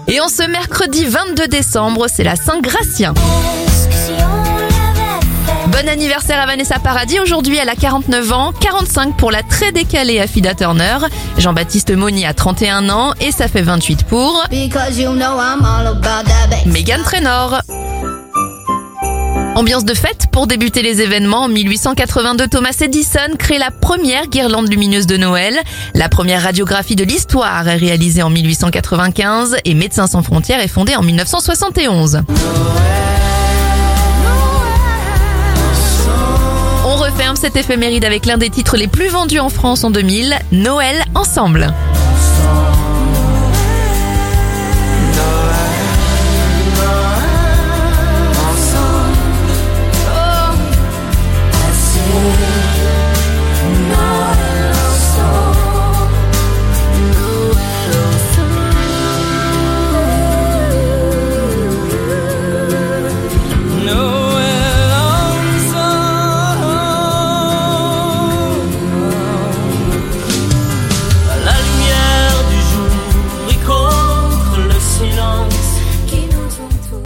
Et en ce mercredi 22 décembre, c'est la Saint-Gratien. Bon anniversaire à Vanessa Paradis, aujourd'hui elle a 49 ans, 45 pour la très décalée Affida Turner. Jean-Baptiste Monnier a 31 ans et ça fait 28 pour Meghan Trainor. Ambiance de fête pour débuter les événements. En 1882, Thomas Edison crée la première guirlande lumineuse de Noël. La première radiographie de l'histoire est réalisée en 1895 et Médecins sans frontières est fondé en 1971. On referme cette éphéméride avec l'un des titres les plus vendus en France en 2000, Noël ensemble.